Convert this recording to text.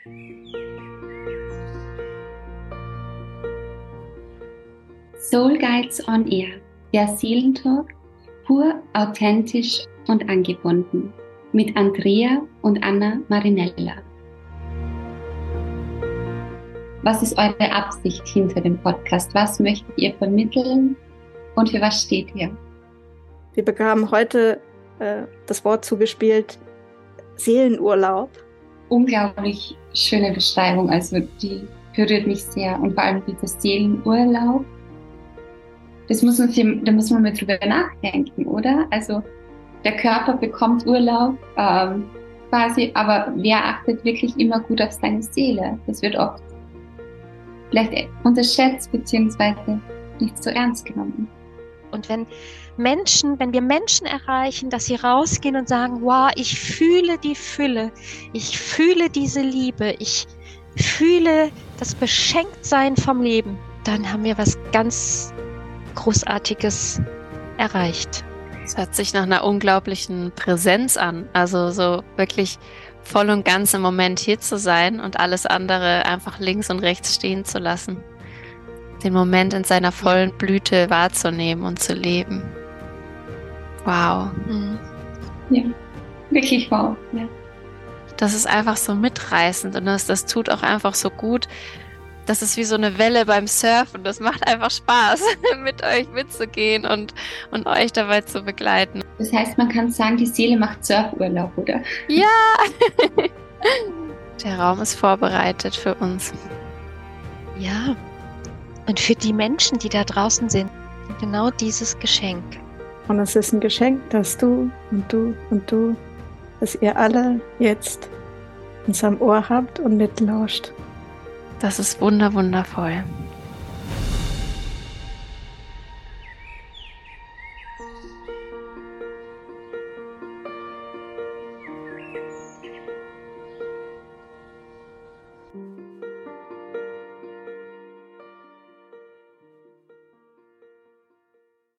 Soul Guides on Air, der Seelentalk, pur authentisch und angebunden, mit Andrea und Anna Marinella. Was ist eure Absicht hinter dem Podcast? Was möchtet ihr vermitteln und für was steht ihr? Wir bekamen heute das Wort zugespielt, Seelenurlaub. Unglaublich schöne Beschreibung, also die berührt mich sehr und vor allem dieses Seelenurlaub. Da muss man mal drüber nachdenken, oder? Also der Körper bekommt Urlaub quasi, aber wer achtet wirklich immer gut auf seine Seele? Das wird oft vielleicht unterschätzt beziehungsweise nicht so ernst genommen. Und wenn wir Menschen erreichen, dass sie rausgehen und sagen, wow, ich fühle die Fülle, ich fühle diese Liebe, ich fühle das Beschenktsein vom Leben, dann haben wir was ganz Großartiges erreicht. Es hört sich nach einer unglaublichen Präsenz an, also so wirklich voll und ganz im Moment hier zu sein und alles andere einfach links und rechts stehen zu lassen. Den Moment in seiner vollen Blüte wahrzunehmen und zu leben. Wow. Ja, wirklich wow. Ja. Das ist einfach so mitreißend und das tut auch einfach so gut. Das ist wie so eine Welle beim Surfen. Das macht einfach Spaß, mit euch mitzugehen und euch dabei zu begleiten. Das heißt, man kann sagen, die Seele macht Surfurlaub, oder? Ja! Der Raum ist vorbereitet für uns. Ja. Und für die Menschen, die da draußen sind, genau dieses Geschenk. Und es ist ein Geschenk, dass du und du und du, dass ihr alle jetzt uns am Ohr habt und mitlauscht. Das ist wundervoll.